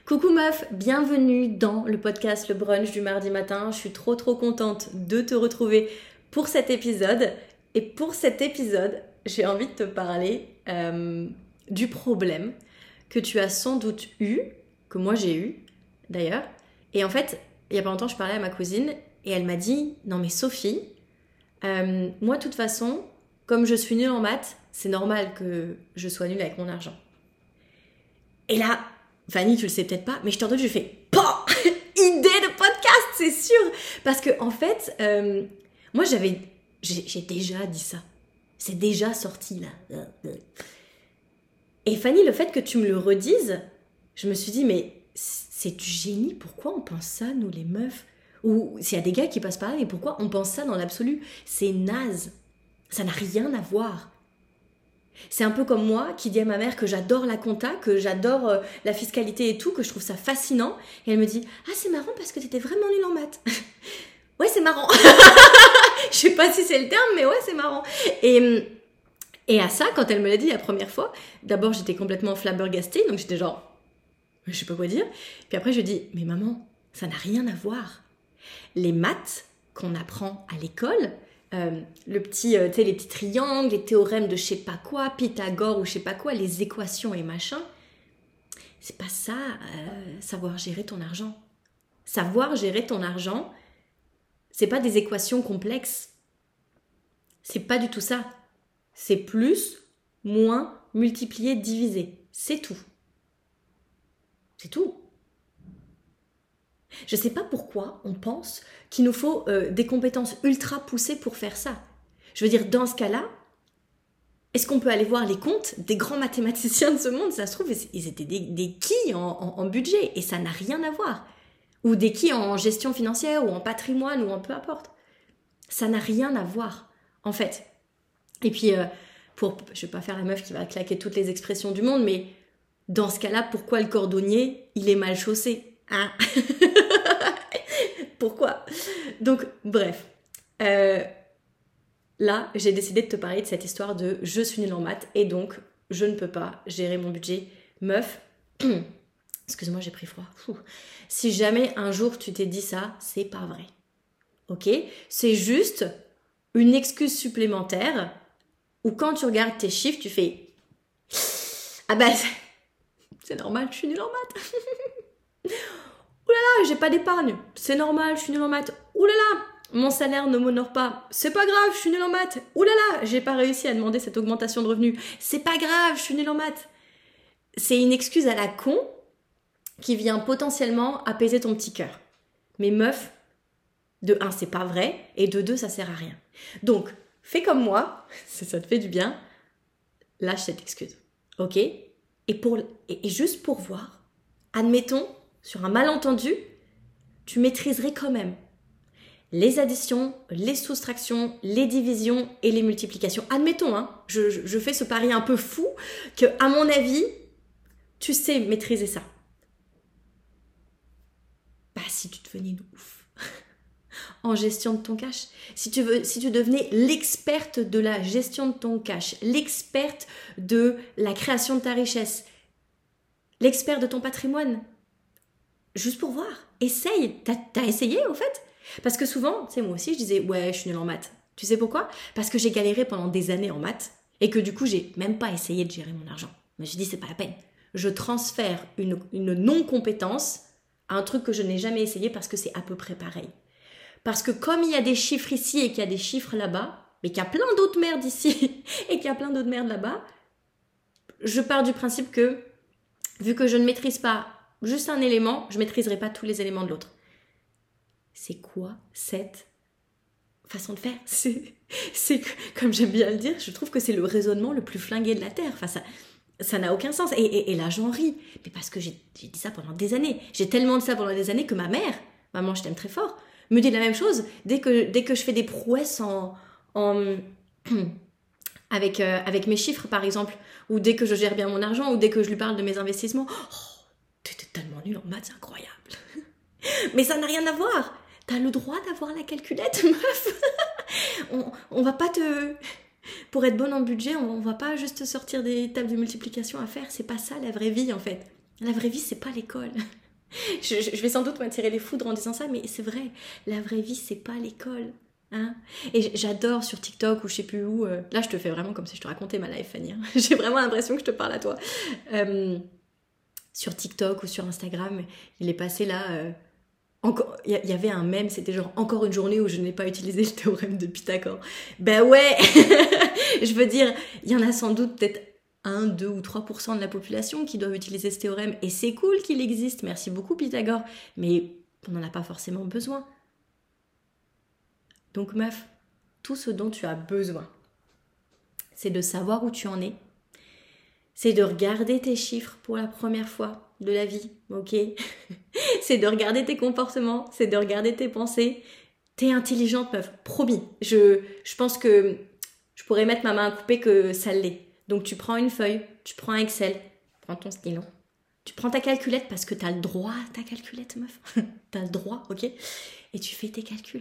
Coucou meuf, bienvenue dans le podcast Le Brunch du mardi matin. Je suis trop contente de te retrouver pour cet épisode. Et pour cet épisode, j'ai envie de te parler du problème que tu as sans doute eu, que moi j'ai eu d'ailleurs. Et en fait, il n'y a pas longtemps, je parlais à ma cousine et elle m'a dit « Non mais Sophie, moi de toute façon, comme je suis nulle en maths, c'est normal que je sois nulle avec mon argent. » Et là, Fanny, tu le sais peut-être pas, mais je t'ai entendu, je fais « PAH ! Idée de podcast, c'est sûr !» Parce que en fait, moi j'ai déjà dit ça. C'est déjà sorti là. Et Fanny, le fait que tu me le redises, je me suis dit, mais c'est du génie, pourquoi on pense ça, nous les meufs ? Ou s'il y a des gars qui passent par là, mais pourquoi on pense ça dans l'absolu ? C'est naze. Ça n'a rien à voir. C'est un peu comme moi qui dis à ma mère que j'adore la compta, que j'adore la fiscalité et tout, que je trouve ça fascinant. Et elle me dit « Ah, c'est marrant parce que t'étais vraiment nulle en maths. » Ouais, c'est marrant. Je sais pas si c'est le terme, mais ouais, c'est marrant. Et à ça, quand elle me l'a dit la première fois, d'abord j'étais complètement flabbergastée, donc j'étais genre, je sais pas quoi dire. Puis après je lui dis, mais maman, ça n'a rien à voir. Les maths qu'on apprend à l'école, les petits triangles, les théorèmes de je sais pas quoi, Pythagore ou je sais pas quoi, les équations et machin, c'est pas ça, savoir gérer ton argent. Savoir gérer ton argent, c'est pas des équations complexes. C'est pas du tout ça. C'est plus, moins, multiplier, diviser. C'est tout. C'est tout. Je sais pas pourquoi on pense qu'il nous faut des compétences ultra poussées pour faire ça. Je veux dire, dans ce cas-là, est-ce qu'on peut aller voir les comptes des grands mathématiciens de ce monde ? Ça se trouve, ils étaient des quilles en budget et ça n'a rien à voir. Ou des quilles en gestion financière ou en patrimoine ou en peu importe. Ça n'a rien à voir, en fait. Et puis, je vais pas faire la meuf qui va claquer toutes les expressions du monde, mais dans ce cas-là, pourquoi le cordonnier, il est mal chaussé, hein ? Pourquoi ? Donc, bref. Là, j'ai décidé de te parler de cette histoire de je suis nulle en maths et donc je ne peux pas gérer mon budget. Meuf, excuse-moi, j'ai pris froid. Si jamais un jour tu t'es dit ça, c'est pas vrai. Ok ? C'est juste une excuse supplémentaire où quand tu regardes tes chiffres, tu fais « Ah ben, c'est normal, je suis nulle en maths. » « Ouh là là, j'ai pas d'épargne. C'est normal, je suis nulle en maths. Ouh là là, mon salaire ne m'honore pas. C'est pas grave, je suis nulle en maths. Ouh là là, j'ai pas réussi à demander cette augmentation de revenus. C'est pas grave, je suis nulle en maths. » C'est une excuse à la con qui vient potentiellement apaiser ton petit cœur. Mais meuf, de 1, c'est pas vrai, et de 2, ça sert à rien. Donc, fais comme moi, si ça te fait du bien, lâche cette excuse. Ok ? Et juste pour voir, admettons, sur un malentendu, tu maîtriserais quand même les additions, les soustractions, les divisions et les multiplications. Admettons, hein, je fais ce pari un peu fou que, à mon avis, tu sais maîtriser ça. Bah, si tu devenais une ouf en gestion de ton cash, si tu devenais l'experte de la gestion de ton cash, l'experte de la création de ta richesse, l'expert de ton patrimoine, juste pour voir, essaye. T'as essayé au fait ? Parce que souvent, tu sais, moi aussi je disais ouais, je suis nulle en maths. Tu sais pourquoi ? Parce que j'ai galéré pendant des années en maths et que du coup j'ai même pas essayé de gérer mon argent. Je me suis dit c'est pas la peine. Je transfère une non-compétence à un truc que je n'ai jamais essayé parce que c'est à peu près pareil. Parce que comme il y a des chiffres ici et qu'il y a des chiffres là-bas, mais qu'il y a plein d'autres merdes ici et qu'il y a plein d'autres merdes là-bas, je pars du principe que vu que je ne maîtrise pas juste un élément, je ne maîtriserai pas tous les éléments de l'autre. C'est quoi cette façon de faire ? C'est comme j'aime bien le dire, je trouve que c'est le raisonnement le plus flingué de la Terre. Enfin, ça n'a aucun sens. Et là, j'en ris. Mais parce que j'ai dit ça pendant des années. J'ai tellement dit ça pendant des années que ma mère, maman, je t'aime très fort, me dit la même chose dès que je fais des prouesses avec mes chiffres, par exemple, ou dès que je gère bien mon argent, ou dès que je lui parle de mes investissements. Oh, t'étais tellement nulle en maths, c'est incroyable. Mais ça n'a rien à voir. T'as le droit d'avoir la calculette, meuf. On va pas pour être bonne en budget, on va pas juste sortir des tables de multiplication à faire. C'est pas ça la vraie vie, en fait. La vraie vie, c'est pas l'école. Je vais sans doute m'attirer les foudres en disant ça, mais c'est vrai. La vraie vie, c'est pas l'école. Hein, et j'adore sur TikTok ou je sais plus où. Là, je te fais vraiment comme si je te racontais ma life, Fanny. Hein. J'ai vraiment l'impression que je te parle à toi. Sur TikTok ou sur Instagram, il est passé là. Il y avait un mème, c'était genre encore une journée où je n'ai pas utilisé le théorème de Pythagore. Ben ouais. Je veux dire, il y en a sans doute peut-être 1, 2 ou 3% de la population qui doivent utiliser ce théorème. Et c'est cool qu'il existe, merci beaucoup Pythagore. Mais on n'en a pas forcément besoin. Donc meuf, tout ce dont tu as besoin, c'est de savoir où tu en es. C'est de regarder tes chiffres pour la première fois de la vie, ok? C'est de regarder tes comportements, c'est de regarder tes pensées. T'es intelligente meuf, promis. Je pense que je pourrais mettre ma main à couper que ça l'est. Donc tu prends une feuille, tu prends un Excel, prends ton stylo, tu prends ta calculette parce que t'as le droit à ta calculette meuf. T'as le droit, ok? Et tu fais tes calculs.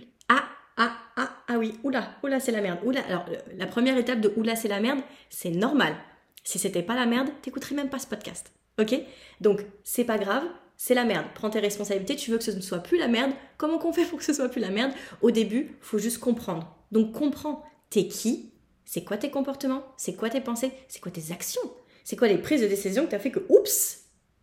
Ah oui, oula, c'est la merde. Oula, alors la première étape de oula, c'est la merde, c'est normal. Si c'était pas la merde, t'écouterais même pas ce podcast, ok? Donc c'est pas grave, c'est la merde. Prends tes responsabilités, tu veux que ce ne soit plus la merde. Comment qu'on fait pour que ce soit plus la merde? Au début, faut juste comprendre. Donc comprends, t'es qui? C'est quoi tes comportements? C'est quoi tes pensées? C'est quoi tes actions? C'est quoi les prises de décision que t'as fait que oups,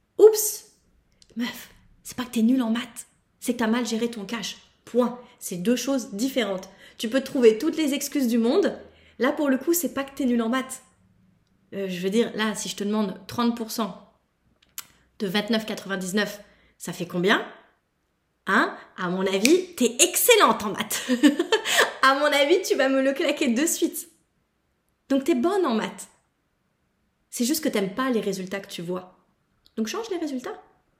meuf, c'est pas que t'es nul en maths, c'est que t'as mal géré ton cash. Point. C'est deux choses différentes. Tu peux te trouver toutes les excuses du monde. Là, pour le coup, c'est pas que t'es nul en maths. Je veux dire, là, si je te demande 30% de 29,99, ça fait combien? Hein? À mon avis, t'es excellente en maths. À mon avis, tu vas me le claquer de suite. Donc, t'es bonne en maths. C'est juste que t'aimes pas les résultats que tu vois. Donc, change les résultats.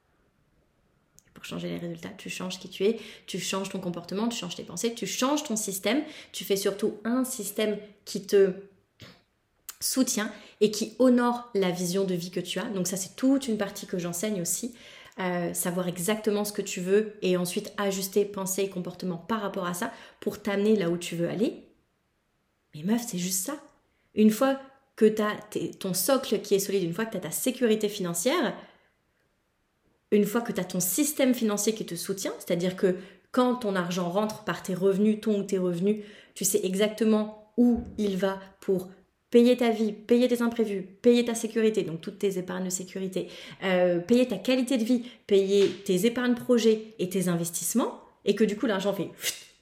Pour changer les résultats, tu changes qui tu es, tu changes ton comportement, tu changes tes pensées, tu changes ton système, tu fais surtout un système qui te soutient et qui honore la vision de vie que tu as. Donc ça, c'est toute une partie que j'enseigne aussi. Savoir exactement ce que tu veux et ensuite ajuster pensée et comportement par rapport à ça pour t'amener là où tu veux aller. Mais meuf, c'est juste ça. Une fois que tu as ton socle qui est solide, une fois que tu as ta sécurité financière, une fois que tu as ton système financier qui te soutient, c'est-à-dire que quand ton argent rentre par tes revenus, ton ou tes revenus, tu sais exactement où il va pour payer ta vie, payer tes imprévus, payer ta sécurité, donc toutes tes épargnes de sécurité, payer ta qualité de vie, payer tes épargnes projets et tes investissements, et que du coup l'argent fait...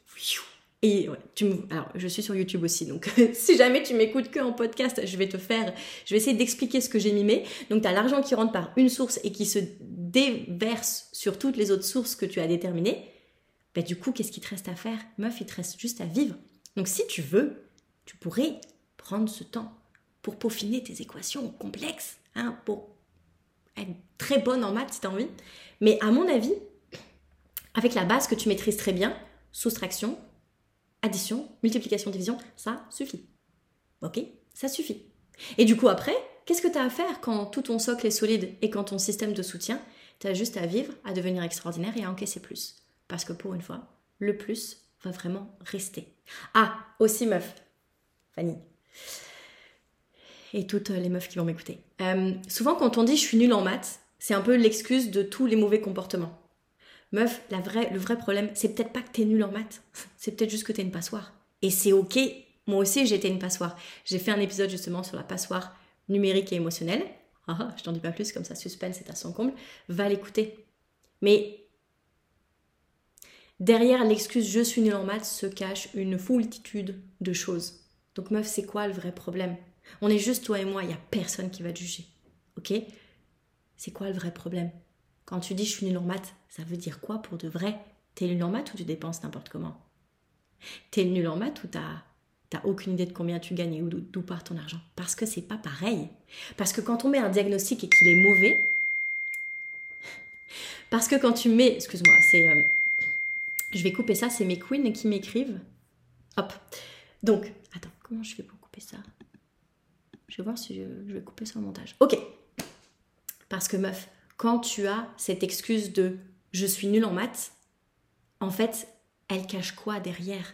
Et ouais, alors je suis sur YouTube aussi, donc si jamais tu m'écoutes que en podcast, je vais essayer d'expliquer ce que j'ai mimé. Donc tu as l'argent qui rentre par une source et qui se déverse sur toutes les autres sources que tu as déterminées. Ben, du coup, qu'est-ce qu'il te reste à faire? Meuf, il te reste juste à vivre. Donc si tu veux, tu pourrais prendre ce temps pour peaufiner tes équations complexes, hein, pour être très bonne en maths si tu as envie. Mais à mon avis, avec la base que tu maîtrises très bien, soustraction, addition, multiplication, division, ça suffit. Ok? Ça suffit. Et du coup, après, qu'est-ce que tu as à faire quand tout ton socle est solide et quand ton système te soutient? Tu as juste à vivre, à devenir extraordinaire et à encaisser plus. Parce que pour une fois, le plus va vraiment rester. Ah, aussi meuf, Fanny, et toutes les meufs qui vont m'écouter. Souvent, quand on dit je suis nulle en maths, c'est un peu l'excuse de tous les mauvais comportements. Meuf, le vrai problème, c'est peut-être pas que t'es nulle en maths, c'est peut-être juste que t'es une passoire. Et c'est ok, moi aussi j'étais une passoire. J'ai fait un épisode justement sur la passoire numérique et émotionnelle. Je t'en dis pas plus, comme ça suspense c'est à son comble. Va l'écouter. Mais derrière l'excuse je suis nulle en maths se cache une foultitude de choses. Donc meuf, c'est quoi le vrai problème? On est juste toi et moi, il n'y a personne qui va te juger. Ok? C'est quoi le vrai problème? Quand tu dis je suis nulle en maths, ça veut dire quoi pour de vrai? T'es nulle en maths ou tu dépenses n'importe comment? T'es nulle en maths ou t'as aucune idée de combien tu gagnes et d'où part ton argent? Parce que c'est pas pareil. Parce que quand on met un diagnostic et qu'il est mauvais, parce que quand tu mets, excuse-moi, je vais couper ça, c'est mes queens qui m'écrivent. Hop. Donc, attends, comment je fais pour couper ça? Je vais voir si je vais couper ça au montage. Ok. Parce que meuf, quand tu as cette excuse de « je suis nulle en maths », en fait, elle cache quoi derrière?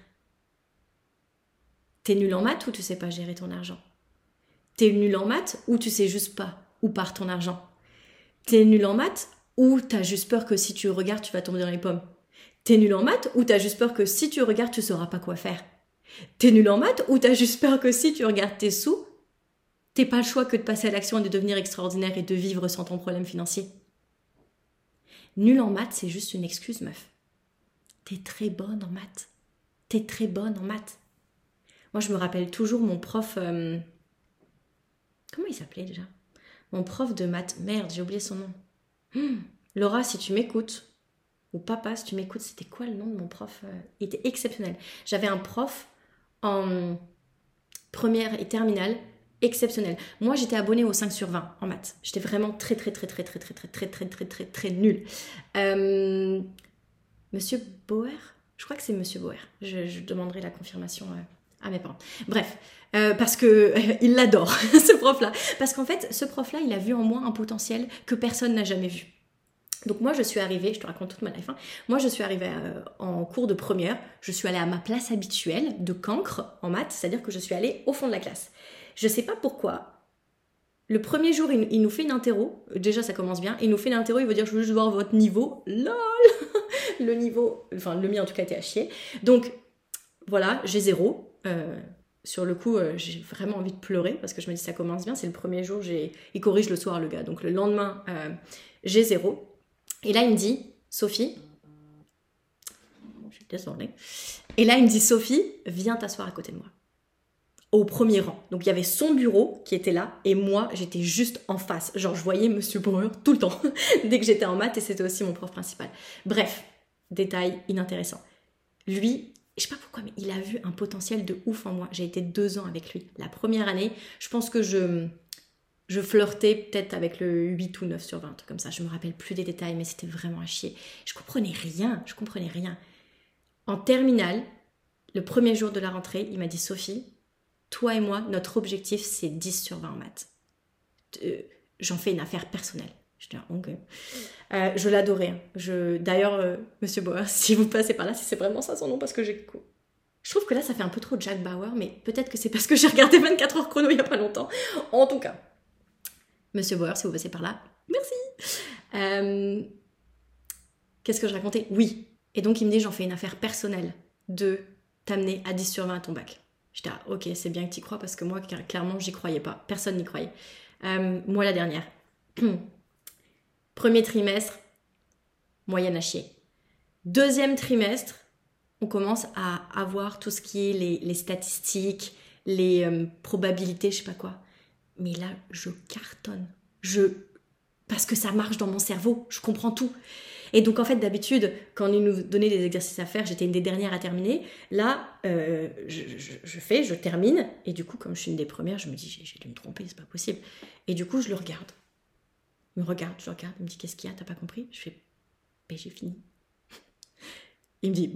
T'es nulle en maths ou tu sais pas gérer ton argent? T'es nulle en maths ou tu sais juste pas où part ton argent? T'es nul en maths ou t'as juste peur que si tu regardes, tu vas tomber dans les pommes? T'es nul en maths ou t'as juste peur que si tu regardes, tu sauras pas quoi faire? T'es nul en maths ou t'as juste peur que si tu regardes tes sous, t'aies pas le choix que de passer à l'action et de devenir extraordinaire et de vivre sans ton problème financier? Nul en maths, c'est juste une excuse, meuf. T'es très bonne en maths. T'es très bonne en maths. Moi, je me rappelle toujours mon prof... comment il s'appelait déjà? Mon prof de maths. Merde, j'ai oublié son nom. Laura, si tu m'écoutes, ou papa, si tu m'écoutes, c'était quoi le nom de mon prof? Il était exceptionnel. J'avais un prof en première et terminale exceptionnel. Moi, j'étais abonnée au 5 sur 20 en maths. J'étais vraiment très nulle. Monsieur Bauer? Je crois que c'est Monsieur Bauer. Je demanderai la confirmation à mes parents. Bref, parce que il l'adore, ce prof-là. Parce qu'en fait, ce prof-là, il a vu en moi un potentiel que personne n'a jamais vu. Donc moi, je suis arrivée, je te raconte toute ma life, hein. Moi, je suis arrivée en cours de première, je suis allée à ma place habituelle de cancre en maths, c'est-à-dire que je suis allée au fond de la classe. Je sais pas pourquoi, le premier jour, il nous fait une interro, déjà ça commence bien, il nous fait une interro, il veut dire je veux juste voir votre niveau, lol. Le niveau, enfin le mien en tout cas était à chier. Donc voilà, j'ai 0. Sur le coup, j'ai vraiment envie de pleurer parce que je me dis ça commence bien, c'est le premier jour, il corrige le soir le gars. Donc le lendemain, j'ai 0. Et là il me dit, Sophie, je suis désolée. Et là il me dit, Sophie, viens t'asseoir à côté de moi. Au premier rang. Donc il y avait son bureau qui était là et moi j'étais juste en face. Genre je voyais Monsieur Bauer tout le temps dès que j'étais en maths et c'était aussi mon prof principal. Bref, détail inintéressant. Lui, je sais pas pourquoi, mais il a vu un potentiel de ouf en moi. J'ai été 2 ans avec lui. La première année, je pense que je flirtais peut-être avec le 8 ou 9 sur 20, un truc comme ça. Je me rappelle plus des détails, mais c'était vraiment à chier. Je comprenais rien. En terminale, le premier jour de la rentrée, il m'a dit, Sophie, toi et moi, notre objectif, c'est 10 sur 20 en maths. J'en fais une affaire personnelle. Je dis, ok. Je l'adorais. Hein. D'ailleurs, Monsieur Bauer, si vous passez par là, si c'est vraiment ça son nom, parce que je trouve que là, ça fait un peu trop Jack Bauer, mais peut-être que c'est parce que j'ai regardé 24 heures chrono il n'y a pas longtemps. En tout cas, Monsieur Bauer, si vous passez par là, merci. Qu'est-ce que je racontais? Oui. Et donc, il me dit, j'en fais une affaire personnelle de t'amener à 10 sur 20 à ton bac. J'étais, ok, c'est bien que tu y crois, parce que moi, clairement, j'y croyais pas. Personne n'y croyait. Moi, la dernière. Premier trimestre, moyenne à chier. Deuxième trimestre, on commence à avoir tout ce qui est les statistiques, les probabilités, je sais pas quoi. Mais là, je cartonne. Parce que ça marche dans mon cerveau, je comprends tout. Et donc en fait, d'habitude, quand ils nous donnaient des exercices à faire, j'étais une des dernières à terminer. Là, je termine. Et du coup, comme je suis une des premières, je me dis, j'ai dû me tromper, c'est pas possible. Et du coup, je le regarde. Je le regarde, il me dit, qu'est-ce qu'il y a, t'as pas compris? Je fais, ben j'ai fini. Il me dit,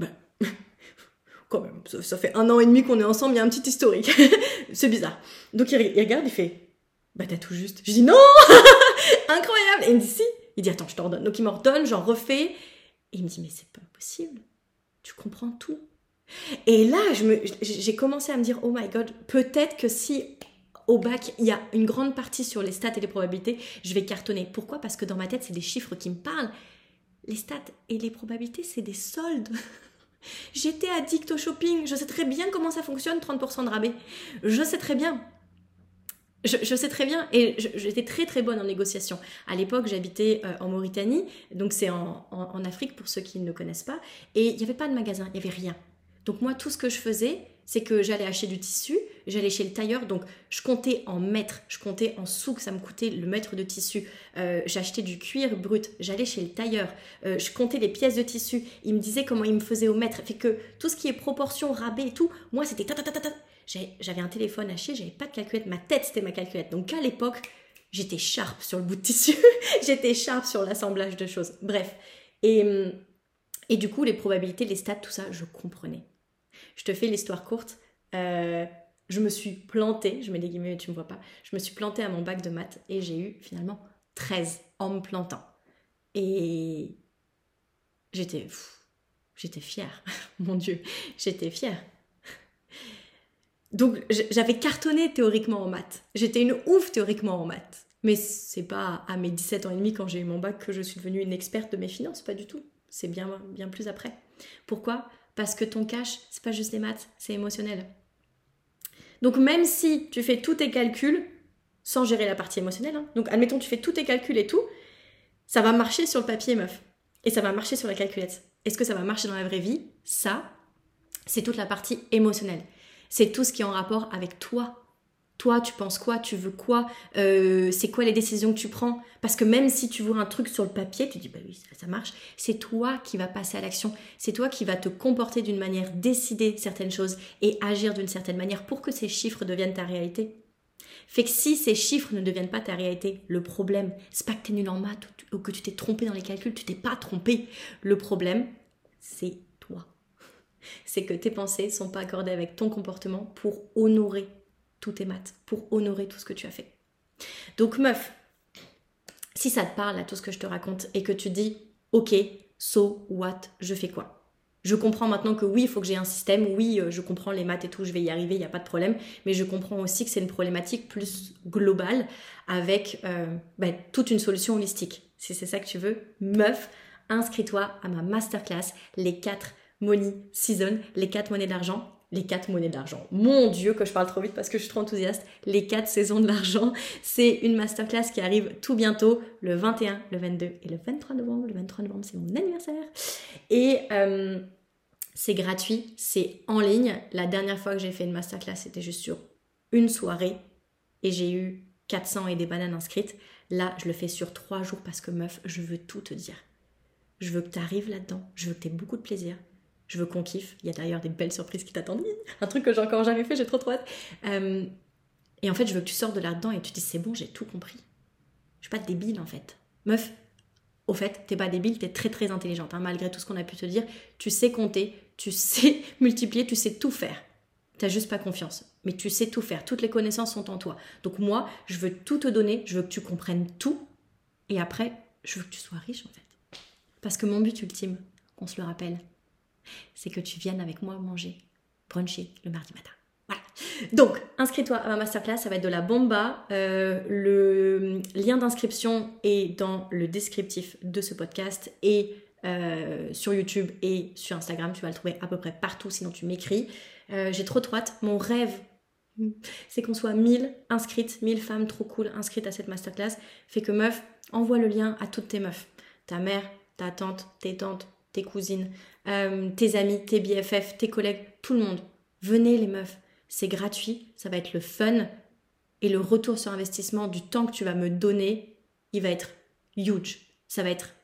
quand même, ça fait 1 an et demi qu'on est ensemble, il y a un petit historique. C'est bizarre. Donc il regarde, il fait, t'as tout juste. Je dis, non. Incroyable. Et il me dit, si. Il dit, attends, je t'ordonne. Donc il m'ordonne, j'en refais. Et il me dit, mais c'est pas possible. Tu comprends tout. Et là, j'ai commencé à me dire, oh my god, peut-être que si au bac, il y a une grande partie sur les stats et les probabilités, je vais cartonner. Pourquoi? Parce que dans ma tête, c'est des chiffres qui me parlent. Les stats et les probabilités, c'est des soldes. J'étais addict au shopping. Je sais très bien comment ça fonctionne, 30% de rabais. Je sais très bien. Je sais très bien, et j'étais très très bonne en négociation. À l'époque, j'habitais en Mauritanie, donc c'est en Afrique pour ceux qui ne connaissent pas, et il n'y avait pas de magasin, il n'y avait rien. Donc moi, tout ce que je faisais, c'est que j'allais acheter du tissu, j'allais chez le tailleur, donc je comptais en mètres, je comptais en sous que ça me coûtait le mètre de tissu, j'achetais du cuir brut, j'allais chez le tailleur, je comptais les pièces de tissu, il me disait comment il me faisait au mètre, fait que tout ce qui est proportion, rabais et tout, moi c'était j'avais un téléphone à chier, j'avais pas de calculette, ma tête c'était ma calculette, donc à l'époque, j'étais sharp sur le bout de tissu, j'étais sharp sur l'assemblage de choses, bref, et du coup les probabilités, les stats, tout ça, je comprenais. Je te fais l'histoire courte. Je me suis plantée, je mets des guillemets, tu me vois pas, je me suis plantée à mon bac de maths et j'ai eu finalement 13 en me plantant. Et j'étais fière, mon Dieu, j'étais fière. Donc j'avais cartonné théoriquement en maths, j'étais une ouf théoriquement en maths. Mais c'est pas à mes 17 ans et demi quand j'ai eu mon bac que je suis devenue une experte de mes finances, pas du tout. C'est bien plus après. Pourquoi ? Parce que ton cash, c'est pas juste les maths, c'est émotionnel. Donc même si tu fais tous tes calculs sans gérer la partie émotionnelle, donc admettons tu fais tous tes calculs et tout, ça va marcher sur le papier, meuf. Et ça va marcher sur la calculette. Est-ce que ça va marcher dans la vraie vie ? Ça, c'est toute la partie émotionnelle. C'est tout ce qui est en rapport avec toi. Toi, tu penses quoi ? Tu veux quoi ? C'est quoi les décisions que tu prends ? Parce que même si tu vois un truc sur le papier, tu dis bah oui, ça marche. C'est toi qui vas passer à l'action. C'est toi qui vas te comporter d'une manière, décider certaines choses et agir d'une certaine manière pour que ces chiffres deviennent ta réalité. Fait que si ces chiffres ne deviennent pas ta réalité, le problème, c'est pas que tu es nul en maths ou que tu t'es trompé dans les calculs, tu t'es pas trompé. Le problème, c'est toi. C'est que tes pensées sont pas accordées avec ton comportement pour honorer tous tes maths, pour honorer tout ce que tu as fait. Donc meuf, si ça te parle à tout ce que je te raconte et que tu dis ok, so what, je fais quoi ? Je comprends maintenant que oui, il faut que j'ai un système, oui, je comprends les maths et tout, je vais y arriver, il n'y a pas de problème, mais je comprends aussi que c'est une problématique plus globale avec toute une solution holistique. Si c'est ça que tu veux, meuf, inscris-toi à ma masterclass, les 4 money season, les 4 monnaies d'argent. Les 4 monnaies d'argent. Mon Dieu, que je parle trop vite parce que je suis trop enthousiaste. Les 4 saisons de l'argent. C'est une masterclass qui arrive tout bientôt, le 21, le 22 et le 23 novembre. Le 23 novembre, c'est mon anniversaire. Et c'est gratuit, c'est en ligne. La dernière fois que j'ai fait une masterclass, c'était juste sur une soirée. Et j'ai eu 400 et des bananes inscrites. Là, je le fais sur 3 jours parce que meuf, je veux tout te dire. Je veux que tu arrives là-dedans. Je veux que tu aies beaucoup de plaisir. Je veux qu'on kiffe. Il y a d'ailleurs des belles surprises qui t'attendent. Un truc que j'ai encore jamais fait, j'ai trop hâte. Et en fait, je veux que tu sors de là-dedans et tu te dis, c'est bon, j'ai tout compris. Je suis pas débile, en fait. Meuf, au fait, t'es pas débile, t'es très très intelligente. Malgré tout ce qu'on a pu te dire, tu sais compter, tu sais multiplier, tu sais tout faire. T'as juste pas confiance. Mais tu sais tout faire. Toutes les connaissances sont en toi. Donc moi, je veux tout te donner. Je veux que tu comprennes tout. Et après, je veux que tu sois riche, en fait. Parce que mon but ultime, qu'on se le rappelle, c'est que tu viennes avec moi manger, bruncher le mardi matin. Voilà. Donc, inscris-toi à ma masterclass, ça va être de la bomba. Le lien d'inscription est dans le descriptif de ce podcast et sur YouTube et sur Instagram. Tu vas le trouver à peu près partout, sinon tu m'écris. J'ai trop hâte. Mon rêve, c'est qu'on soit 1000 inscrites, 1000 femmes trop cool inscrites à cette masterclass. Fait que meuf, envoie le lien à toutes tes meufs. Ta mère, ta tante, tes cousines, tes amis, tes BFF, tes collègues, tout le monde. Venez les meufs, c'est gratuit, ça va être le fun et le retour sur investissement du temps que tu vas me donner, il va être huge. Ça va être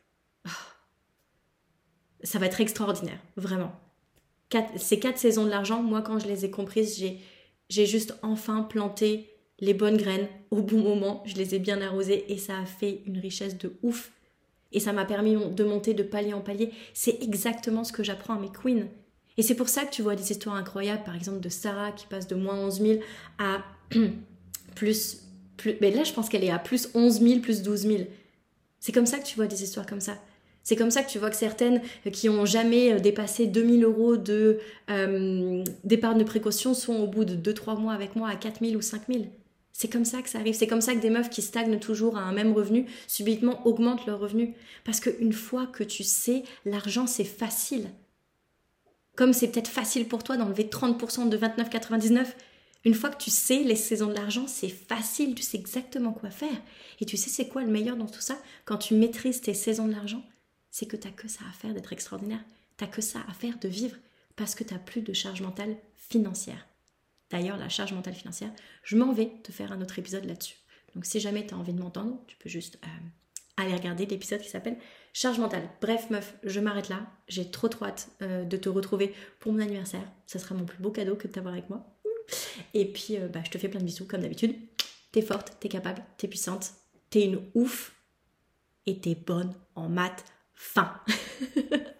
extraordinaire, vraiment. Ces 4 saisons de l'argent, moi quand je les ai comprises, j'ai juste enfin planté les bonnes graines au bon moment, je les ai bien arrosées et ça a fait une richesse de ouf. Et ça m'a permis de monter de palier en palier. C'est exactement ce que j'apprends à mes queens. Et c'est pour ça que tu vois des histoires incroyables, par exemple de Sarah qui passe de moins 11 000 à plus. Mais là, je pense qu'elle est à plus 11 000, plus 12 000. C'est comme ça que tu vois des histoires comme ça. C'est comme ça que tu vois que certaines qui n'ont jamais dépassé 2 000 € d'épargne de précaution sont au bout de 2-3 mois avec moi à 4 000 ou 5 000. C'est comme ça que ça arrive. C'est comme ça que des meufs qui stagnent toujours à un même revenu, subitement augmentent leur revenu. Parce qu'une fois que tu sais, l'argent, c'est facile. Comme c'est peut-être facile pour toi d'enlever 30% de 29,99, une fois que tu sais les saisons de l'argent, c'est facile. Tu sais exactement quoi faire. Et tu sais c'est quoi le meilleur dans tout ça ? Quand tu maîtrises tes saisons de l'argent, c'est que tu n'as que ça à faire d'être extraordinaire. Tu n'as que ça à faire de vivre parce que tu n'as plus de charge mentale financière. D'ailleurs, la charge mentale financière, je m'en vais te faire un autre épisode là-dessus. Donc si jamais tu as envie de m'entendre, tu peux juste aller regarder l'épisode qui s'appelle Charge mentale. Bref, meuf, je m'arrête là. J'ai trop hâte de te retrouver pour mon anniversaire. Ça sera mon plus beau cadeau que de t'avoir avec moi. Et puis, je te fais plein de bisous comme d'habitude. T'es forte, t'es capable, t'es puissante, t'es une ouf et t'es bonne en maths. Fin.